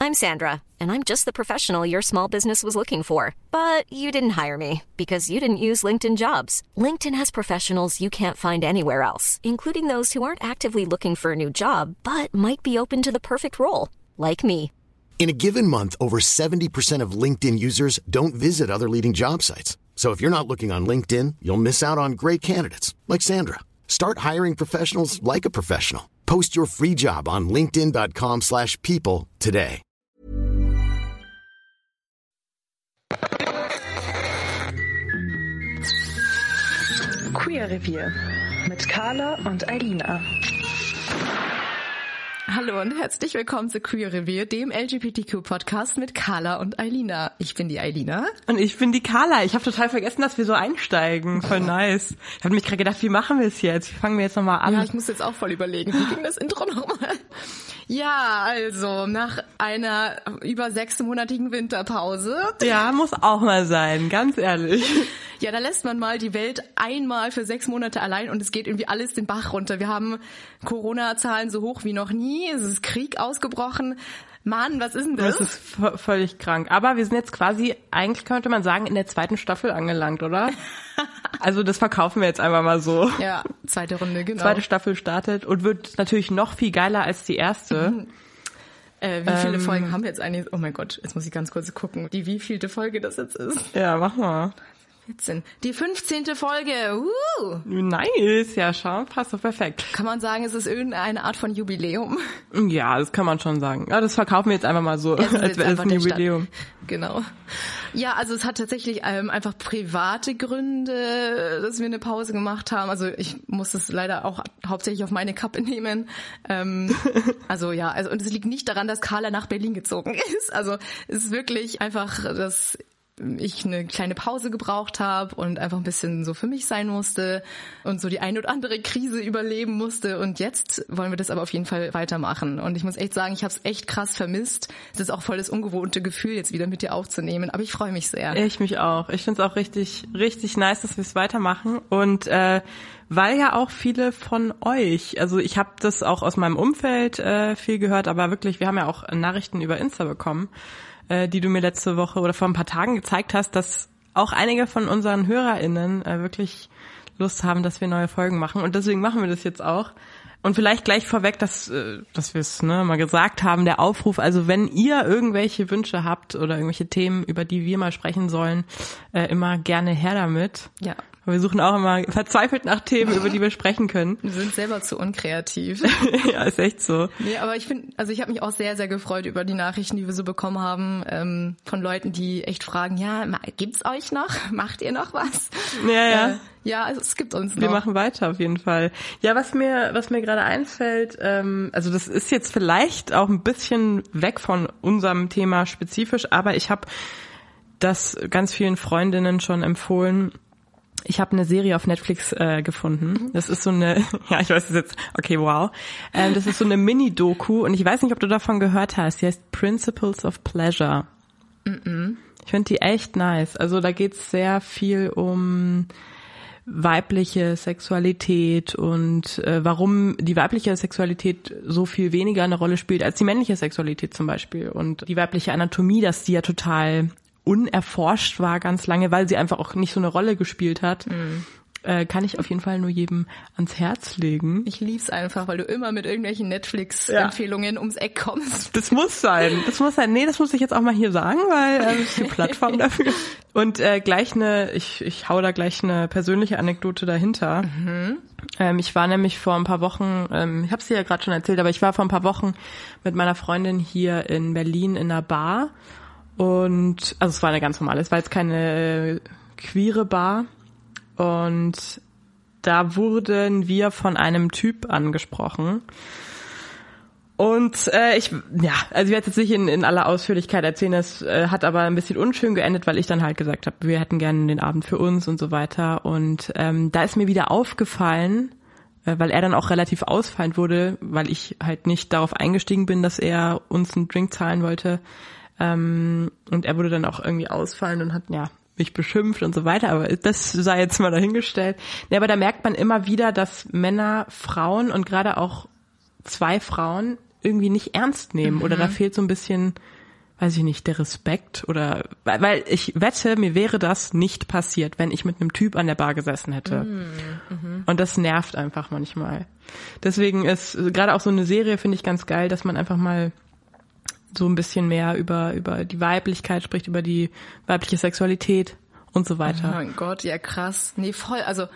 I'm Sandra, and I'm just the professional your small business was looking for. But you didn't hire me because you didn't use LinkedIn Jobs. LinkedIn has professionals you can't find anywhere else, including those who aren't actively looking for a new job, but might be open to the perfect role, like me. In a given month, over 70% of LinkedIn users don't visit other leading job sites. So if you're not looking on LinkedIn, you'll miss out on great candidates like Sandra. Start hiring professionals like a professional. Post your free job on linkedin.com/people today. Queer-Revier mit Carla und Eilina. Hallo und herzlich willkommen zu Queer-Revier, dem LGBTQ-Podcast mit Carla und Eilina. Ich bin die Eilina. Und ich bin die Carla. Ich habe total vergessen, dass wir so einsteigen. Voll nice. Ich habe mich gerade gedacht, wie machen wir es jetzt? Wie fangen wir jetzt nochmal an? Ja, ich muss jetzt auch voll überlegen. Wie ging das Intro nochmal? Ja, also nach einer über 6-monatigen Winterpause. Ja, muss auch mal sein, ganz ehrlich. Ja, da lässt man mal die Welt einmal für 6 Monate allein und es geht irgendwie alles den Bach runter. Wir haben Corona-Zahlen so hoch wie noch nie. Es ist Krieg ausgebrochen. Mann, was ist denn das? Das ist völlig krank. Aber wir sind jetzt quasi, eigentlich könnte man sagen, in der 2. Staffel angelangt, oder? Also das verkaufen wir jetzt einfach mal so. Ja, 2. Runde, genau. 2. Staffel startet und wird natürlich noch viel geiler als die erste. Wie viele Folgen haben wir jetzt eigentlich? Oh mein Gott, jetzt muss ich ganz kurz gucken, wie vielte Folge das jetzt ist. Ja, mach mal. 14. Die 15. Folge. Nice, ja, schau, passt doch perfekt. Kann man sagen, es ist irgendeine Art von Jubiläum? Ja, das kann man schon sagen. Ja, das verkaufen wir jetzt einfach mal so, als wäre es ein Jubiläum. Genau. Ja, also es hat tatsächlich einfach private Gründe, dass wir eine Pause gemacht haben. Also ich muss es leider auch hauptsächlich auf meine Kappe nehmen. Und es liegt nicht daran, dass Carla nach Berlin gezogen ist. Also es ist wirklich einfach, dass ich eine kleine Pause gebraucht habe und einfach ein bisschen so für mich sein musste und so die ein oder andere Krise überleben musste. Und jetzt wollen wir das aber auf jeden Fall weitermachen. Und ich muss echt sagen, ich habe es echt krass vermisst. Es ist auch voll das ungewohnte Gefühl, jetzt wieder mit dir aufzunehmen. Aber ich freue mich sehr. Ich mich auch. Ich finde es auch richtig, richtig nice, dass wir es weitermachen. Und weil ja auch viele von euch, also ich habe das auch aus meinem Umfeld viel gehört, aber wirklich, wir haben ja auch Nachrichten über Insta bekommen, die du mir letzte Woche oder vor ein paar Tagen gezeigt hast, dass auch einige von unseren HörerInnen wirklich Lust haben, dass wir neue Folgen machen. Und deswegen machen wir das jetzt auch. Und vielleicht gleich vorweg, dass wir es mal gesagt haben, der Aufruf, also wenn ihr irgendwelche Wünsche habt oder irgendwelche Themen, über die wir mal sprechen sollen, immer gerne her damit. Ja. Wir suchen auch immer verzweifelt nach Themen, über die wir sprechen können. Wir sind selber zu unkreativ. Ja, ist echt so. Nee, aber ich habe mich auch sehr, sehr gefreut über die Nachrichten, die wir so bekommen haben, von Leuten, die echt fragen, ja, gibt's euch noch? Macht ihr noch was? Ja. Ja, es gibt uns noch. Wir machen weiter auf jeden Fall. Ja, was mir gerade einfällt, also das ist jetzt vielleicht auch ein bisschen weg von unserem Thema spezifisch, aber ich habe das ganz vielen Freundinnen schon empfohlen. Ich habe eine Serie auf Netflix gefunden. Das ist so eine, ja, ich weiß es jetzt, okay, wow. Das ist so eine Mini-Doku und ich weiß nicht, ob du davon gehört hast. Die heißt Principles of Pleasure. Ich finde die echt nice. Also da geht's sehr viel um weibliche Sexualität und warum die weibliche Sexualität so viel weniger eine Rolle spielt als die männliche Sexualität zum Beispiel. Und die weibliche Anatomie, dass die ja total unerforscht war ganz lange, weil sie einfach auch nicht so eine Rolle gespielt hat, kann ich auf jeden Fall nur jedem ans Herz legen. Ich lieb's einfach, weil du immer mit irgendwelchen Netflix-Empfehlungen ums Eck kommst. Das muss sein. Nee, das muss ich jetzt auch mal hier sagen, weil es ist die Plattform dafür. Und ich hau da gleich eine persönliche Anekdote dahinter. Ich war nämlich vor ein paar Wochen, ich habe es dir ja gerade schon erzählt, aber ich war vor ein paar Wochen mit meiner Freundin hier in Berlin in einer Bar. Und, also es war eine ganz normale, es war jetzt keine queere Bar. Und da wurden wir von einem Typ angesprochen. Und ich werde jetzt nicht in aller Ausführlichkeit erzählen, das hat aber ein bisschen unschön geendet, weil ich dann halt gesagt habe, wir hätten gerne den Abend für uns und so weiter. Und da ist mir wieder aufgefallen, weil er dann auch relativ ausfallend wurde, weil ich halt nicht darauf eingestiegen bin, dass er uns einen Drink zahlen wollte. Und er wurde dann auch irgendwie ausfallend und hat, mich beschimpft und so weiter, aber das sei jetzt mal dahingestellt. Nee, aber da merkt man immer wieder, dass Männer, Frauen und gerade auch 2 Frauen irgendwie nicht ernst nehmen oder da fehlt so ein bisschen, weiß ich nicht, der Respekt oder, weil ich wette, mir wäre das nicht passiert, wenn ich mit einem Typ an der Bar gesessen hätte. Und das nervt einfach manchmal. Deswegen ist gerade auch so eine Serie, finde ich ganz geil, dass man einfach mal so ein bisschen mehr über die Weiblichkeit spricht, über die weibliche Sexualität und so weiter. Oh mein Gott, ja krass. Nee, voll, also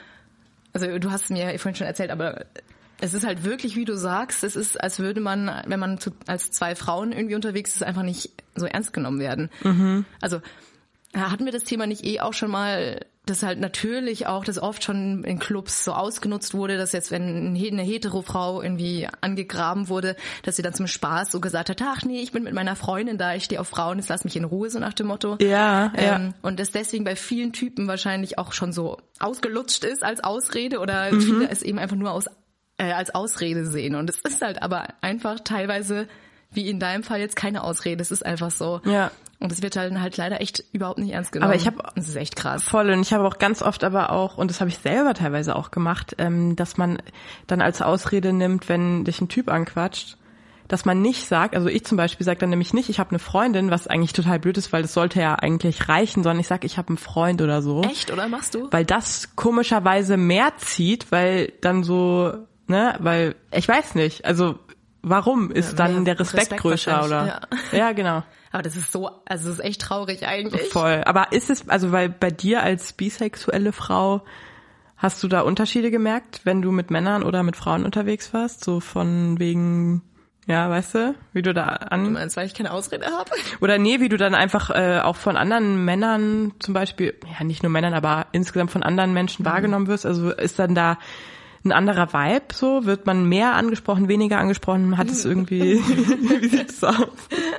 du hast mir ja vorhin schon erzählt, aber es ist halt wirklich, wie du sagst, es ist, als würde man, wenn man als zwei Frauen irgendwie unterwegs ist, einfach nicht so ernst genommen werden. Also hatten wir das Thema nicht auch schon mal, dass halt natürlich auch das oft schon in Clubs so ausgenutzt wurde, dass jetzt, wenn eine Hetero-Frau irgendwie angegraben wurde, dass sie dann zum Spaß so gesagt hat, ach nee, ich bin mit meiner Freundin da, ich stehe auf Frauen, jetzt lass mich in Ruhe, so nach dem Motto. Ja. Und das deswegen bei vielen Typen wahrscheinlich auch schon so ausgelutscht ist als Ausrede oder viele es eben einfach nur als Ausrede sehen. Und es ist halt aber einfach teilweise, wie in deinem Fall jetzt, keine Ausrede. Es ist einfach so. Ja. Und es wird halt leider echt überhaupt nicht ernst genommen. Aber das ist echt krass. Voll. Und ich habe auch ganz oft aber auch, und das habe ich selber teilweise auch gemacht, dass man dann als Ausrede nimmt, wenn dich ein Typ anquatscht, dass man nicht sagt, also ich zum Beispiel sage dann nämlich nicht, ich habe eine Freundin, was eigentlich total blöd ist, weil das sollte ja eigentlich reichen, sondern ich sage, ich habe einen Freund oder so. Echt, oder? Machst du? Weil das komischerweise mehr zieht, weil dann so, ne, weil, ich weiß nicht, also warum ist dann der Respekt größer, oder? Ja, genau. Aber das ist so, also das ist echt traurig eigentlich. Voll. Aber ist es, also weil bei dir als bisexuelle Frau, hast du da Unterschiede gemerkt, wenn du mit Männern oder mit Frauen unterwegs warst? So von wegen, ja, weißt du, wie du da Du meinst, weil ich keine Ausrede habe? Oder nee, wie du dann einfach auch von anderen Männern zum Beispiel, ja nicht nur Männern, aber insgesamt von anderen Menschen wahrgenommen wirst? Also ist dann da ein anderer Vibe so? Wird man mehr angesprochen, weniger angesprochen? Hat es irgendwie, wie sieht es aus?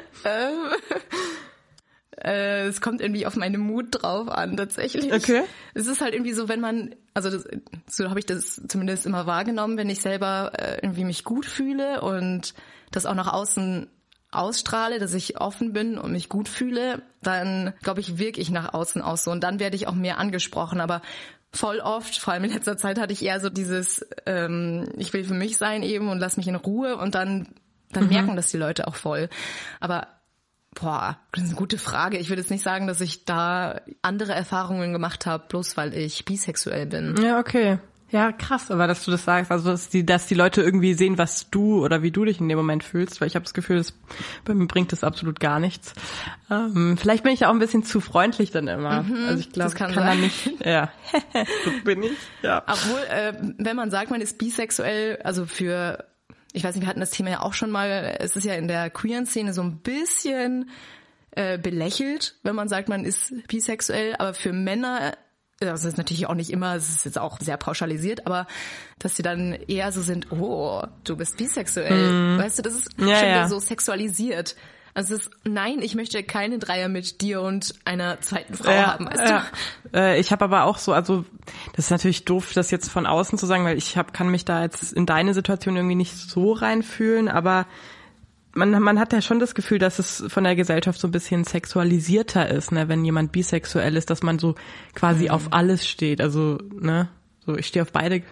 Es kommt irgendwie auf meine Mut drauf an, tatsächlich. Okay. Es ist halt irgendwie so, wenn man, so habe ich das zumindest immer wahrgenommen, wenn ich selber irgendwie mich gut fühle und das auch nach außen ausstrahle, dass ich offen bin und mich gut fühle, dann, glaube ich, wirke ich nach außen aus so und dann werde ich auch mehr angesprochen, aber voll oft, vor allem in letzter Zeit, hatte ich eher so dieses, ich will für mich sein eben und lass mich in Ruhe und dann merken das die Leute auch voll. Aber das ist eine gute Frage. Ich würde jetzt nicht sagen, dass ich da andere Erfahrungen gemacht habe, bloß weil ich bisexuell bin. Ja, okay. Ja, krass, aber dass du das sagst, also dass die Leute irgendwie sehen, was du oder wie du dich in dem Moment fühlst, weil ich habe das Gefühl, bei mir bringt das absolut gar nichts. Vielleicht bin ich auch ein bisschen zu freundlich dann immer. Also ich glaube, kann dann nicht. Ja, so bin ich. Ja. Obwohl, wenn man sagt, man ist bisexuell, also ich weiß nicht, wir hatten das Thema ja auch schon mal, es ist ja in der queeren Szene so ein bisschen belächelt, wenn man sagt, man ist bisexuell, aber für Männer, das ist natürlich auch nicht immer, es ist jetzt auch sehr pauschalisiert, aber dass sie dann eher so sind, oh, du bist bisexuell, weißt du, das ist schon wieder so sexualisiert. Also es ist, nein, ich möchte keine Dreier mit dir und einer zweiten Frau haben, weißt du? Ich habe aber auch so, also das ist natürlich doof, das jetzt von außen zu sagen, weil kann mich da jetzt in deine Situation irgendwie nicht so reinfühlen, aber man hat ja schon das Gefühl, dass es von der Gesellschaft so ein bisschen sexualisierter ist, ne, wenn jemand bisexuell ist, dass man so quasi auf alles steht, also, ne, so ich stehe auf beide.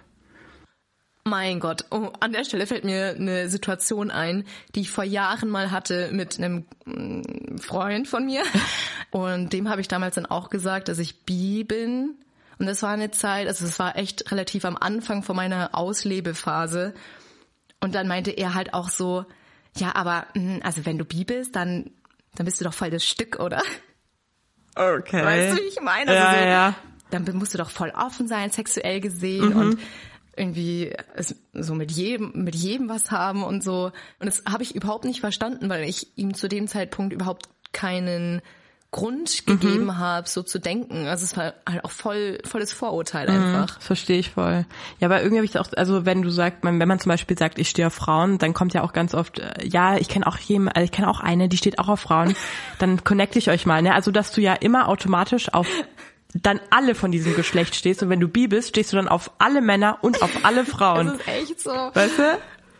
Mein Gott, an der Stelle fällt mir eine Situation ein, die ich vor Jahren mal hatte mit einem Freund von mir. Und dem habe ich damals dann auch gesagt, dass ich bi bin. Und das war eine Zeit, also es war echt relativ am Anfang von meiner Auslebephase. Und dann meinte er halt auch so, ja, aber also wenn du bi bist, dann bist du doch voll das Stück, oder? Okay. Weißt du, wie ich meine? Also ja. Dann musst du doch voll offen sein, sexuell gesehen und irgendwie so mit jedem was haben und so. Und das habe ich überhaupt nicht verstanden, weil ich ihm zu dem Zeitpunkt überhaupt keinen Grund gegeben habe, so zu denken. Also es war halt auch volles Vorurteil einfach. Das verstehe ich voll. Ja, aber irgendwie habe ich auch, also wenn man zum Beispiel sagt, ich stehe auf Frauen, dann kommt ja auch ganz oft, ja, ich kenne auch eine, die steht auch auf Frauen, dann connecte ich euch mal, ne? Also dass du ja immer automatisch auf dann alle von diesem Geschlecht stehst und wenn du bi bist, stehst du dann auf alle Männer und auf alle Frauen. Das ist echt so. Weißt du?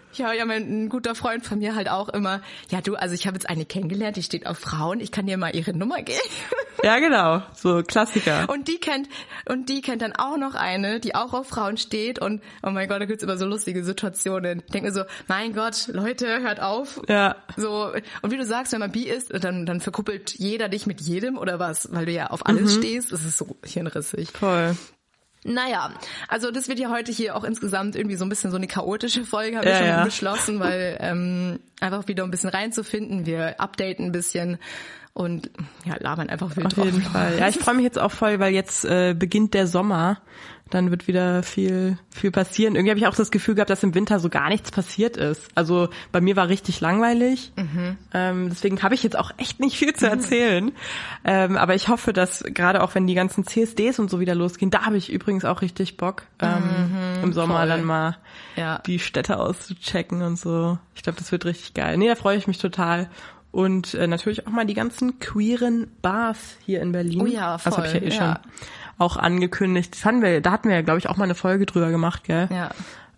Ja, ein guter Freund von mir halt auch immer, ja du, also ich habe jetzt eine kennengelernt, die steht auf Frauen, ich kann dir mal ihre Nummer geben. Ja, genau, so Klassiker. Und die kennt dann auch noch eine, die auch auf Frauen steht und oh mein Gott, da gibt's immer so lustige Situationen. Ich denke mir so, mein Gott, Leute, hört auf. Ja. So, und wie du sagst, wenn man bi ist, dann verkuppelt jeder dich mit jedem oder was, weil du ja auf alles stehst, das ist so hirnrissig. Voll. Naja, also das wird ja heute hier auch insgesamt irgendwie so ein bisschen so eine chaotische Folge, habe ich schon beschlossen, weil einfach wieder ein bisschen reinzufinden, wir updaten ein bisschen und ja, labern einfach wild drauf. Auf jeden Fall. Ja, ich freue mich jetzt auch voll, weil jetzt beginnt der Sommer. Dann wird wieder viel passieren. Irgendwie habe ich auch das Gefühl gehabt, dass im Winter so gar nichts passiert ist. Also bei mir war richtig langweilig. Deswegen habe ich jetzt auch echt nicht viel zu erzählen. Aber ich hoffe, dass gerade auch wenn die ganzen CSDs und so wieder losgehen, da habe ich übrigens auch richtig Bock, im Sommer dann mal die Städte auszuchecken und so. Ich glaube, das wird richtig geil. Nee, da freue ich mich total. Und natürlich auch mal die ganzen queeren Bars hier in Berlin. Oh ja, voll. Das habe ich ja schon auch angekündigt. Da hatten wir ja, glaube ich, auch mal eine Folge drüber gemacht, gell? Ja.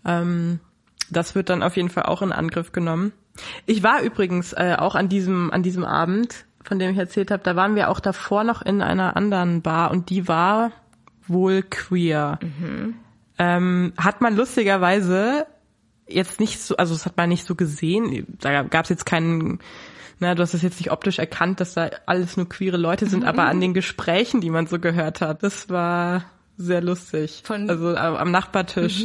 Das wird dann auf jeden Fall auch in Angriff genommen. Ich war übrigens auch an diesem Abend, von dem ich erzählt habe, da waren wir auch davor noch in einer anderen Bar und die war wohl queer. Hat man lustigerweise jetzt nicht so, also das hat man nicht so gesehen, da gab es jetzt keinen, du hast es jetzt nicht optisch erkannt, dass da alles nur queere Leute sind, aber an den Gesprächen, die man so gehört hat, das war sehr lustig. Also am Nachbartisch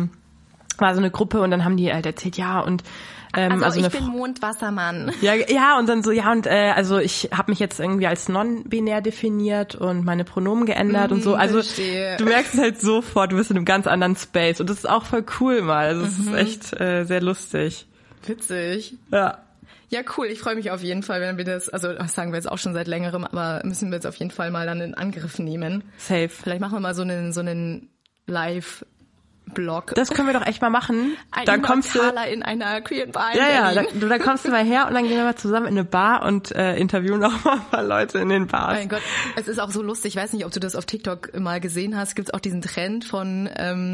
war so eine Gruppe und dann haben die halt erzählt, ja und also ich bin Mondwassermann. Ja, und dann so, also ich habe mich jetzt irgendwie als non-binär definiert und meine Pronomen geändert und so. Also du merkst es halt sofort, du bist in einem ganz anderen Space und das ist auch voll cool mal. Also es ist echt sehr lustig. Witzig. Ja. Ja, cool. Ich freue mich auf jeden Fall, wenn wir das, also das sagen wir jetzt auch schon seit längerem, aber müssen wir jetzt auf jeden Fall mal dann in Angriff nehmen. Safe. Vielleicht machen wir mal so einen Live-Blog. Das können wir doch echt mal machen. Dann kommst du in einer queeren Bar. Dann kommst du mal her und dann gehen wir mal zusammen in eine Bar und interviewen auch mal ein paar Leute in den Bars. Mein Gott, es ist auch so lustig. Ich weiß nicht, ob du das auf TikTok mal gesehen hast. Gibt es auch diesen Trend von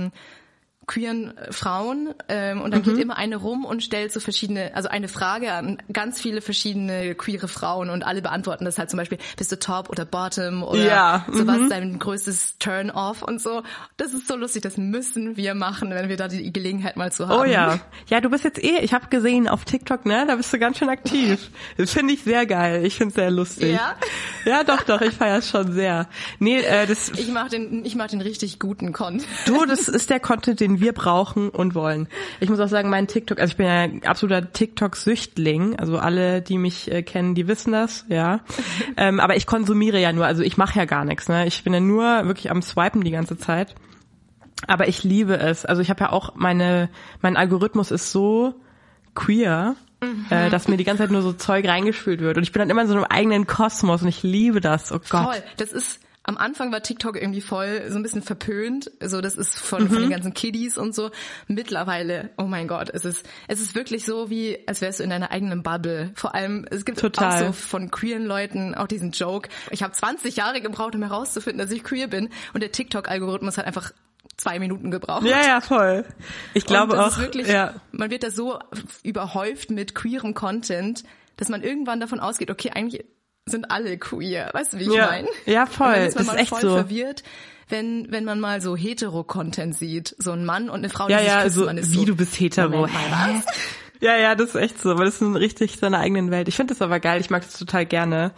queeren Frauen und dann geht immer eine rum und stellt so verschiedene, also eine Frage an ganz viele verschiedene queere Frauen und alle beantworten das halt zum Beispiel, bist du Top oder Bottom oder was ist dein größtes Turn-off und so. Das ist so lustig, das müssen wir machen, wenn wir da die Gelegenheit mal zu haben. Oh ja. Ja, du bist jetzt ich habe gesehen auf TikTok, ne, da bist du ganz schön aktiv. Das finde ich sehr geil, ich finde es sehr lustig. Ja? Ja, doch, ich feiere es schon sehr. Nee, Ich mach den richtig guten Content. Du, das ist der Content, den wir brauchen und wollen. Ich muss auch sagen, mein TikTok, also ich bin ja absoluter TikTok-Süchtling, also alle, die mich kennen, die wissen das, ja. Aber ich konsumiere ja nur, also ich mache ja gar nichts, ne. Ich bin ja nur wirklich am Swipen die ganze Zeit. Aber ich liebe es. Also ich habe ja auch mein Algorithmus ist so queer, dass mir die ganze Zeit nur so Zeug reingespült wird. Und ich bin dann immer in so einem eigenen Kosmos und ich liebe das. Oh Gott. Voll. Das ist, am Anfang war TikTok irgendwie voll so ein bisschen verpönt. So, das ist von den ganzen Kiddies und so. Mittlerweile, oh mein Gott, es ist wirklich so, wie als wärst du in deiner eigenen Bubble. Vor allem, es gibt auch so von queeren Leuten auch diesen Joke. Ich habe 20 Jahre gebraucht, um herauszufinden, dass ich queer bin. Und der TikTok-Algorithmus hat einfach 2 Minuten gebraucht. Ja, voll. Ich glaube auch, wirklich, man wird da so überhäuft mit queerem Content, dass man irgendwann davon ausgeht, okay, eigentlich sind alle queer. Weißt du, wie ich meine? Ja, voll. Das ist echt voll so verwirrt, wenn man mal so Hetero-Content sieht. So ein Mann und eine Frau, die sich küssen. So, man ist wie so, du bist hetero. Moment mal, was? Ja, das ist echt so, weil das ist richtig seine eigenen Welt. Ich finde das aber geil, ich mag das total gerne.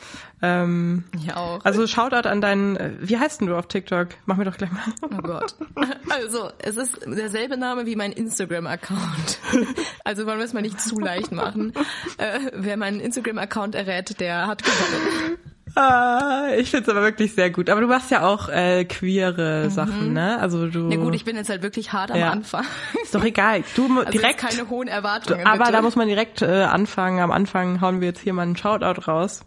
Ich auch. Also Shoutout an deinen, wie heißt denn du auf TikTok? Mach mir doch gleich mal. Oh Gott. Also, es ist derselbe Name wie mein Instagram-Account. Also wollen wir es mal nicht zu leicht machen. Wer meinen Instagram-Account errät, der hat gewonnen. Ich find's aber wirklich sehr gut. Aber du machst ja auch queere Sachen, ne? Also du. Ja gut, ich bin jetzt halt wirklich hart am Anfang. Ist doch egal. Du also direkt. Keine hohen Erwartungen. Aber bitte. da muss man direkt anfangen. Am Anfang hauen wir jetzt hier mal einen Shoutout raus.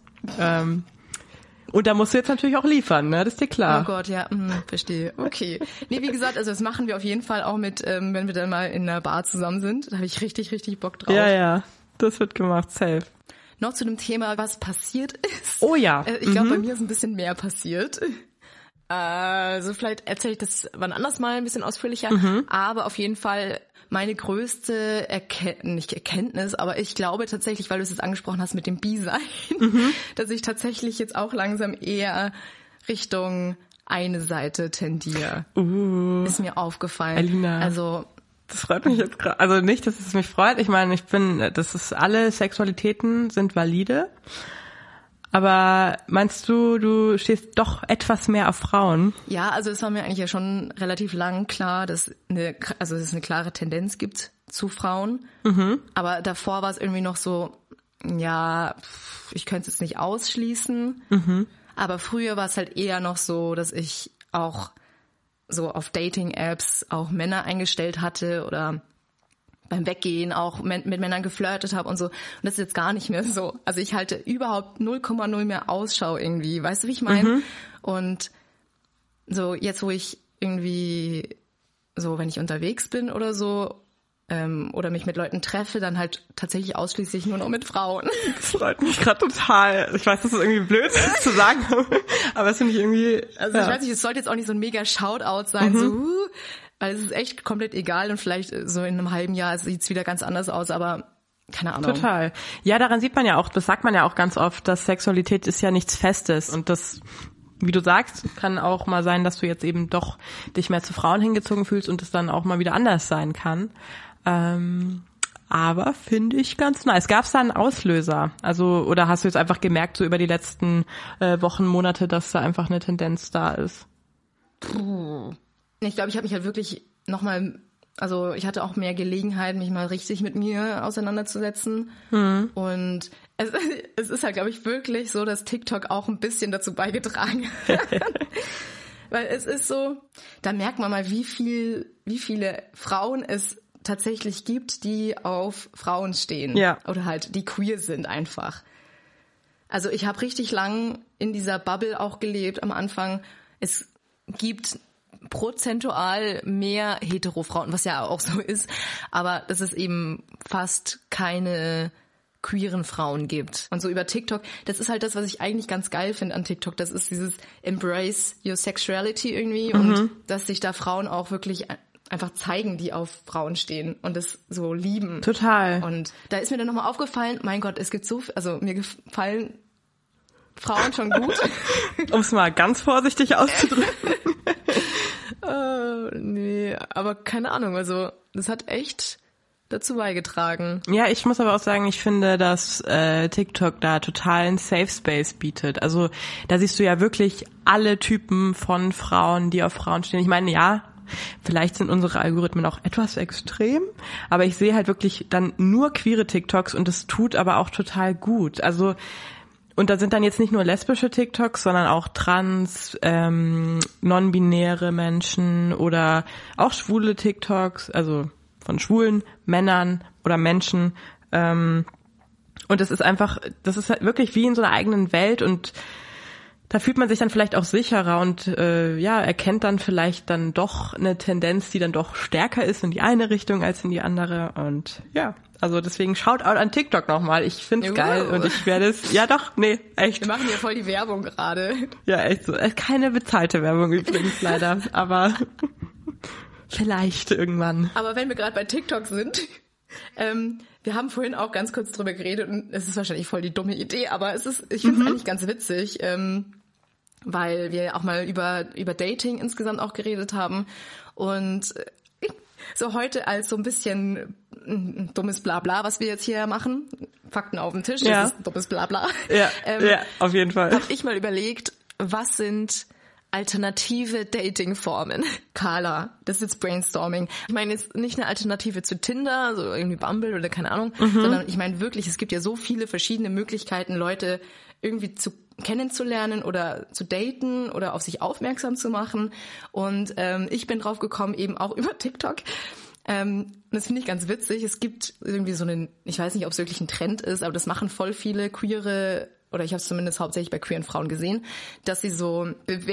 Und da musst du jetzt natürlich auch liefern, ne? Das ist dir klar. Oh Gott, ja, verstehe. Okay. Nee, wie gesagt, also das machen wir auf jeden Fall auch mit, wenn wir dann mal in einer Bar zusammen sind. Da habe ich richtig, richtig Bock drauf. Ja, das wird gemacht, safe. Noch zu dem Thema, was passiert ist. Oh ja. Ich glaube, bei mir ist ein bisschen mehr passiert. Also vielleicht erzähle ich das wann anders mal ein bisschen ausführlicher, aber auf jeden Fall meine größte nicht Erkenntnis, aber ich glaube tatsächlich, weil du es jetzt angesprochen hast mit dem Bi-Sein, dass ich tatsächlich jetzt auch langsam eher Richtung eine Seite tendiere. Ist mir aufgefallen. Alina. Also das freut mich jetzt gerade. Also nicht, dass es mich freut. Ich meine, alle Sexualitäten sind valide. Aber meinst du stehst doch etwas mehr auf Frauen? Ja, also es war mir eigentlich ja schon relativ lang klar, dass es eine klare Tendenz gibt zu Frauen. Aber davor war es irgendwie noch so, ja, ich könnte es jetzt nicht ausschließen. Aber früher war es halt eher noch so, dass ich auch so auf Dating-Apps auch Männer eingestellt hatte oder beim Weggehen auch mit Männern geflirtet habe und so. Und das ist jetzt gar nicht mehr so. Also ich halte überhaupt 0,0 mehr Ausschau irgendwie. Weißt du, wie ich meine? Und so jetzt, wo ich irgendwie so, wenn ich unterwegs bin oder so, oder mich mit Leuten treffe, dann halt tatsächlich ausschließlich nur noch mit Frauen. Das freut mich gerade total. Ich weiß, das ist irgendwie blöd zu sagen, aber es finde ich irgendwie... Also ich weiß nicht, es sollte jetzt auch nicht so ein mega Shoutout sein, weil es ist echt komplett egal und vielleicht so in einem halben Jahr sieht es wieder ganz anders aus, aber keine Ahnung. Total. Ja, daran sieht man ja auch, das sagt man ja auch ganz oft, dass Sexualität ist ja nichts Festes und das, wie du sagst, kann auch mal sein, dass du jetzt eben doch dich mehr zu Frauen hingezogen fühlst und es dann auch mal wieder anders sein kann. Aber finde ich ganz nice. Gab es da einen Auslöser? Also, oder hast du jetzt einfach gemerkt, so über die letzten Wochen, Monate, dass da einfach eine Tendenz da ist? Ich glaube, ich habe mich halt wirklich nochmal, also ich hatte auch mehr Gelegenheit, mich mal richtig mit mir auseinanderzusetzen. Und es ist halt, glaube ich, wirklich so, dass TikTok auch ein bisschen dazu beigetragen hat. Weil es ist so, da merkt man mal, wie viele Frauen es tatsächlich gibt, die auf Frauen stehen. Ja. Oder halt, die queer sind einfach. Also ich habe richtig lang in dieser Bubble auch gelebt am Anfang. Es gibt prozentual mehr Hetero-Frauen, was ja auch so ist, aber dass es eben fast keine queeren Frauen gibt. Und so über TikTok, das ist halt das, was ich eigentlich ganz geil finde an TikTok, das ist dieses Embrace your sexuality irgendwie und dass sich da Frauen auch wirklich einfach zeigen, die auf Frauen stehen und das so lieben. Total. Und da ist mir dann nochmal aufgefallen, mein Gott, es gibt also mir gefallen Frauen schon gut. Um es mal ganz vorsichtig auszudrücken. Nee, aber keine Ahnung, also das hat echt dazu beigetragen. Ja, ich muss aber auch sagen, ich finde, dass TikTok da total einen Safe Space bietet. Also da siehst du ja wirklich alle Typen von Frauen, die auf Frauen stehen. Ich meine, ja, vielleicht sind unsere Algorithmen auch etwas extrem, aber ich sehe halt wirklich dann nur queere TikToks und das tut aber auch total gut. Also und da sind dann jetzt nicht nur lesbische TikToks, sondern auch trans, non-binäre Menschen oder auch schwule TikToks, also von schwulen Männern oder Menschen. Und das ist halt wirklich wie in so einer eigenen Welt und da fühlt man sich dann vielleicht auch sicherer und erkennt dann vielleicht dann doch eine Tendenz, die dann doch stärker ist in die eine Richtung als in die andere. Und ja, also deswegen Shoutout an TikTok nochmal. Ich find's geil und ich werde es, echt. Wir machen ja voll die Werbung gerade. Ja, echt so. Keine bezahlte Werbung übrigens leider, aber vielleicht irgendwann. Aber wenn wir gerade bei TikTok sind, wir haben vorhin auch ganz kurz drüber geredet und es ist wahrscheinlich voll die dumme Idee, aber ich finde es eigentlich ganz witzig, weil wir auch mal über Dating insgesamt auch geredet haben und so heute als so ein bisschen dummes Blabla, was wir jetzt hier machen, Fakten auf dem Tisch, das ist dummes Blabla. Ja, auf jeden Fall. Habe ich mal überlegt, was sind alternative Dating-Formen? Carla, das ist jetzt Brainstorming. Ich meine jetzt nicht eine Alternative zu Tinder, so irgendwie Bumble oder keine Ahnung, sondern ich meine wirklich, es gibt ja so viele verschiedene Möglichkeiten, Leute irgendwie kennenzulernen oder zu daten oder auf sich aufmerksam zu machen. Und ich bin drauf gekommen, eben auch über TikTok. Das finde ich ganz witzig. Es gibt irgendwie so einen, ich weiß nicht, ob es wirklich ein Trend ist, aber das machen voll viele queere, oder ich habe es zumindest hauptsächlich bei queeren Frauen gesehen, dass sie so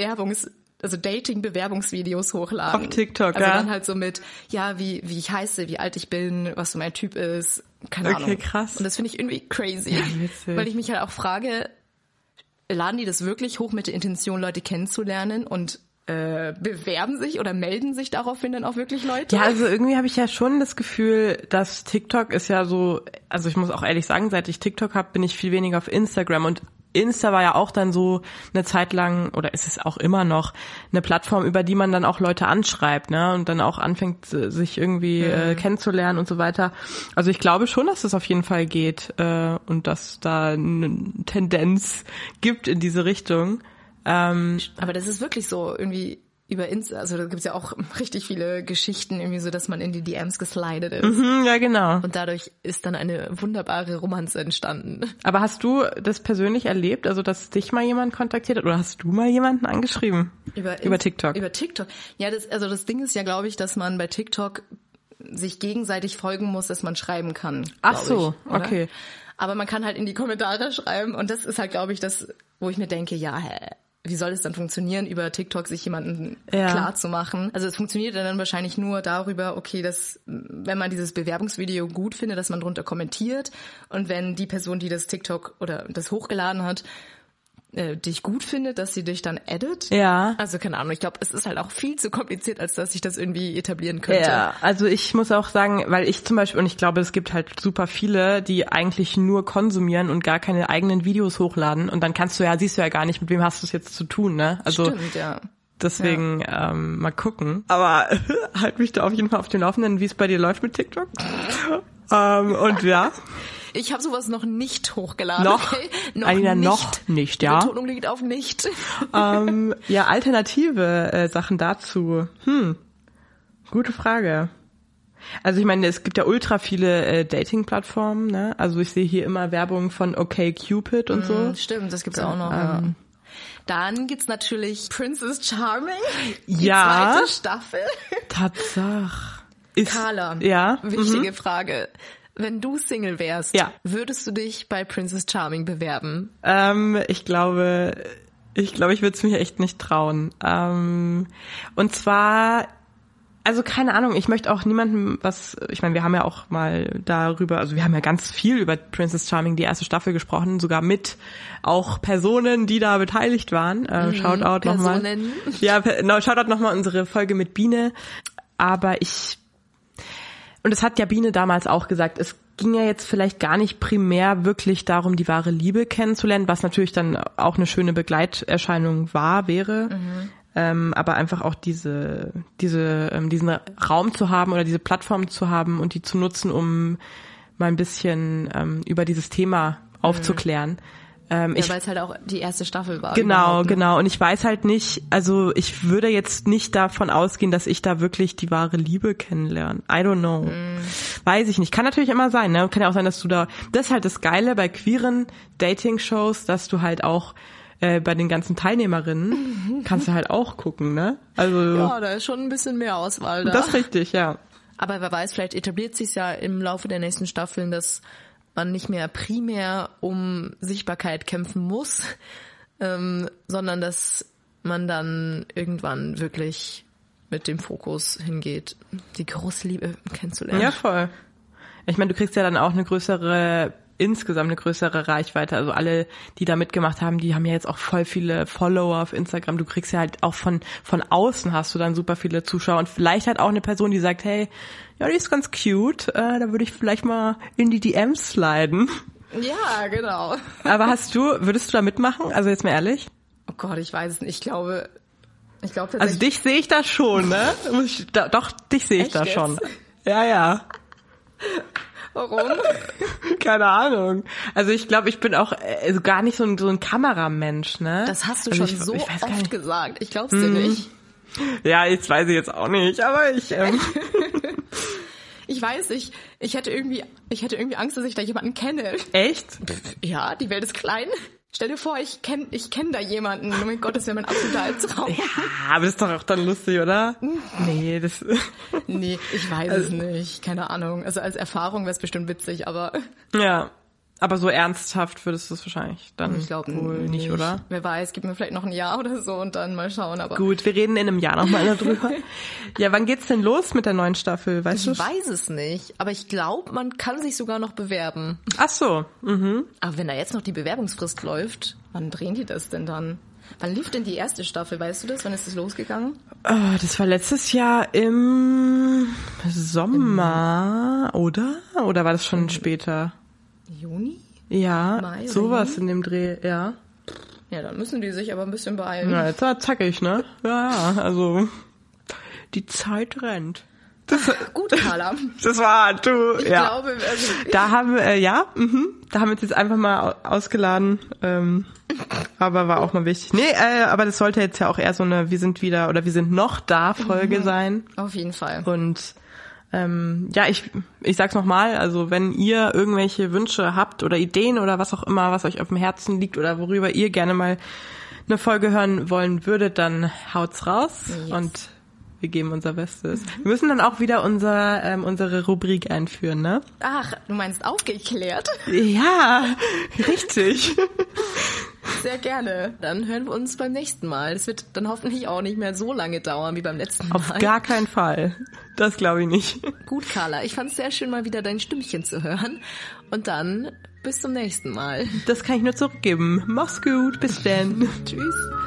Dating-Bewerbungsvideos hochladen. Auf TikTok, also dann halt so mit, ja, wie ich heiße, wie alt ich bin, was so mein Typ ist, keine Ahnung. Okay, krass. Und das finde ich irgendwie crazy, ja, witzig. weil ich mich halt auch frage, laden die das wirklich hoch mit der Intention, Leute kennenzulernen und bewerben sich oder melden sich daraufhin dann auch wirklich Leute? Ja, also irgendwie habe ich ja schon das Gefühl, dass TikTok ist ja so, also ich muss auch ehrlich sagen, seit ich TikTok habe, bin ich viel weniger auf Instagram und Insta war ja auch dann so eine Zeit lang, oder ist es auch immer noch, eine Plattform, über die man dann auch Leute anschreibt, ne, und dann auch anfängt, sich irgendwie kennenzulernen und so weiter. Also ich glaube schon, dass das auf jeden Fall geht und dass da eine Tendenz gibt in diese Richtung. Aber das ist wirklich so irgendwie über Insta, also da gibt's ja auch richtig viele Geschichten irgendwie so, dass man in die DMs geslidet ist. Ja, genau. Und dadurch ist dann eine wunderbare Romanze entstanden. Aber hast du das persönlich erlebt, also dass dich mal jemand kontaktiert hat oder hast du mal jemanden angeschrieben? Über TikTok? Über TikTok. Ja, das Ding ist ja, glaube ich, dass man bei TikTok sich gegenseitig folgen muss, dass man schreiben kann. Ach so, ich, oder? Okay. Aber man kann halt in die Kommentare schreiben und das ist halt, glaube ich, das, wo ich mir denke, ja, wie soll es dann funktionieren, über TikTok sich jemanden klar zu machen? Also es funktioniert dann wahrscheinlich nur darüber, okay, dass wenn man dieses Bewerbungsvideo gut findet, dass man drunter kommentiert und wenn die Person, die das TikTok oder das hochgeladen hat, dich gut findet, dass sie dich dann addet. Ja. Also keine Ahnung, ich glaube, es ist halt auch viel zu kompliziert, als dass ich das irgendwie etablieren könnte. Ja, also ich muss auch sagen, weil ich zum Beispiel, und ich glaube, es gibt halt super viele, die eigentlich nur konsumieren und gar keine eigenen Videos hochladen und dann siehst du ja gar nicht, mit wem hast du es jetzt zu tun, ne? Also stimmt, ja. Deswegen mal gucken. Aber halt mich da auf jeden Fall auf dem Laufenden, wie es bei dir läuft mit TikTok. Und ja. Ich habe sowas noch nicht hochgeladen. Okay? Noch nicht, ja. Die Betonung liegt auf nicht. Ja, alternative Sachen dazu. Gute Frage. Also ich meine, es gibt ja ultra viele Dating-Plattformen, ne? Also ich sehe hier immer Werbung von OkCupid und so. Stimmt, das gibt's auch noch, ja. Dann gibt's natürlich Princess Charming. Die ja. zweite Staffel. Tatsache. Carla, ja. Wichtige Frage. Wenn du Single wärst, würdest du dich bei Princess Charming bewerben? Ich glaube, ich würde es mir echt nicht trauen. Und zwar, also keine Ahnung, ich möchte auch niemandem ich meine, wir haben ja auch mal darüber, also wir haben ja ganz viel über Princess Charming, die erste Staffel gesprochen, sogar mit auch Personen, die da beteiligt waren. Shoutout nochmal. Ja, Shoutout nochmal unsere Folge mit Biene. Aber und das hat ja Biene damals auch gesagt, es ging ja jetzt vielleicht gar nicht primär wirklich darum, die wahre Liebe kennenzulernen, was natürlich dann auch eine schöne Begleiterscheinung wäre. Aber einfach auch diesen Raum zu haben oder diese Plattform zu haben und die zu nutzen, um mal ein bisschen über dieses Thema aufzuklären. Weil es halt auch die erste Staffel war. Genau. Und ich weiß halt nicht, also ich würde jetzt nicht davon ausgehen, dass ich da wirklich die wahre Liebe kennenlerne. I don't know. Weiß ich nicht. Kann natürlich immer sein, ne? Kann ja auch sein, dass das ist halt das Geile bei queeren Dating-Shows, dass du halt auch bei den ganzen Teilnehmerinnen kannst du halt auch gucken, ne? Also ja, da ist schon ein bisschen mehr Auswahl da. Das ist richtig, ja. Aber wer weiß, vielleicht etabliert sich's ja im Laufe der nächsten Staffeln, dass man nicht mehr primär um Sichtbarkeit kämpfen muss, sondern dass man dann irgendwann wirklich mit dem Fokus hingeht, die große Liebe kennenzulernen. Ja, voll. Ich meine, du kriegst ja dann auch insgesamt eine größere Reichweite. Also alle, die da mitgemacht haben, die haben ja jetzt auch voll viele Follower auf Instagram. Du kriegst ja halt auch von außen hast du dann super viele Zuschauer und vielleicht halt auch eine Person, die sagt, hey, ja, die ist ganz cute, da würde ich vielleicht mal in die DMs sliden. Ja, genau. Aber würdest du da mitmachen? Also jetzt mal ehrlich? Oh Gott, ich weiß es nicht. Ich glaube tatsächlich. Also dich sehe ich da schon, ne? Doch, dich sehe ich da schon. Ja. Warum? Keine Ahnung. Also ich glaube, ich bin auch gar nicht so ein Kameramensch, ne? Das hast du schon so oft gesagt. Ich glaub's dir nicht. Ja, jetzt weiß ich jetzt auch nicht, aber ich weiß nicht. Ich hätte irgendwie Angst, dass ich da jemanden kenne. Echt? Ja, die Welt ist klein. Stell dir vor, ich kenn da jemanden. Oh mein Gott, das wäre mein absoluter Albtraum. Ja, aber das ist doch auch dann lustig, oder? Nee, ich weiß es nicht. Keine Ahnung. Also als Erfahrung wäre es bestimmt witzig, aber... Ja, aber so ernsthaft würdest du es wahrscheinlich dann wohl nicht, oder? Wer weiß, gib mir vielleicht noch ein Jahr oder so und dann mal schauen. Aber gut, wir reden in einem Jahr nochmal darüber. Ja, wann geht's denn los mit der neuen Staffel, weißt du? Ich weiß es nicht, aber ich glaube, man kann sich sogar noch bewerben. Ach so. Aber wenn da jetzt noch die Bewerbungsfrist läuft, Wann drehen die das denn dann? Wann lief denn die erste Staffel? Weißt du das? Wann ist das losgegangen? Das war letztes Jahr im Sommer, oder? Oder war das schon später? Juni? Ja, Mai sowas in dem Dreh, ja. Ja, dann müssen die sich aber ein bisschen beeilen. Ja, jetzt war zackig, ne? Ja, also die Zeit rennt. Gut, Carla. Das war, du, Ich ja. glaube, also Da haben wir, da haben wir uns jetzt einfach mal ausgeladen, aber war auch mal wichtig. Nee, aber das sollte jetzt ja auch eher so eine Wir sind wieder oder wir sind noch da Folge sein. auf jeden Fall. Und ja, ich sag's nochmal, also wenn ihr irgendwelche Wünsche habt oder Ideen oder was auch immer, was euch auf dem Herzen liegt oder worüber ihr gerne mal eine Folge hören wollen würdet, dann haut's raus und wir geben unser Bestes. Wir müssen dann auch wieder unsere Rubrik einführen, ne? Ach, du meinst aufgeklärt? Ja, richtig. Sehr gerne. Dann hören wir uns beim nächsten Mal. Es wird dann hoffentlich auch nicht mehr so lange dauern wie beim letzten Mal. Auf gar keinen Fall. Das glaube ich nicht. Gut, Carla. Ich fand es sehr schön, mal wieder dein Stimmchen zu hören. Und dann bis zum nächsten Mal. Das kann ich nur zurückgeben. Mach's gut. Bis dann. Tschüss.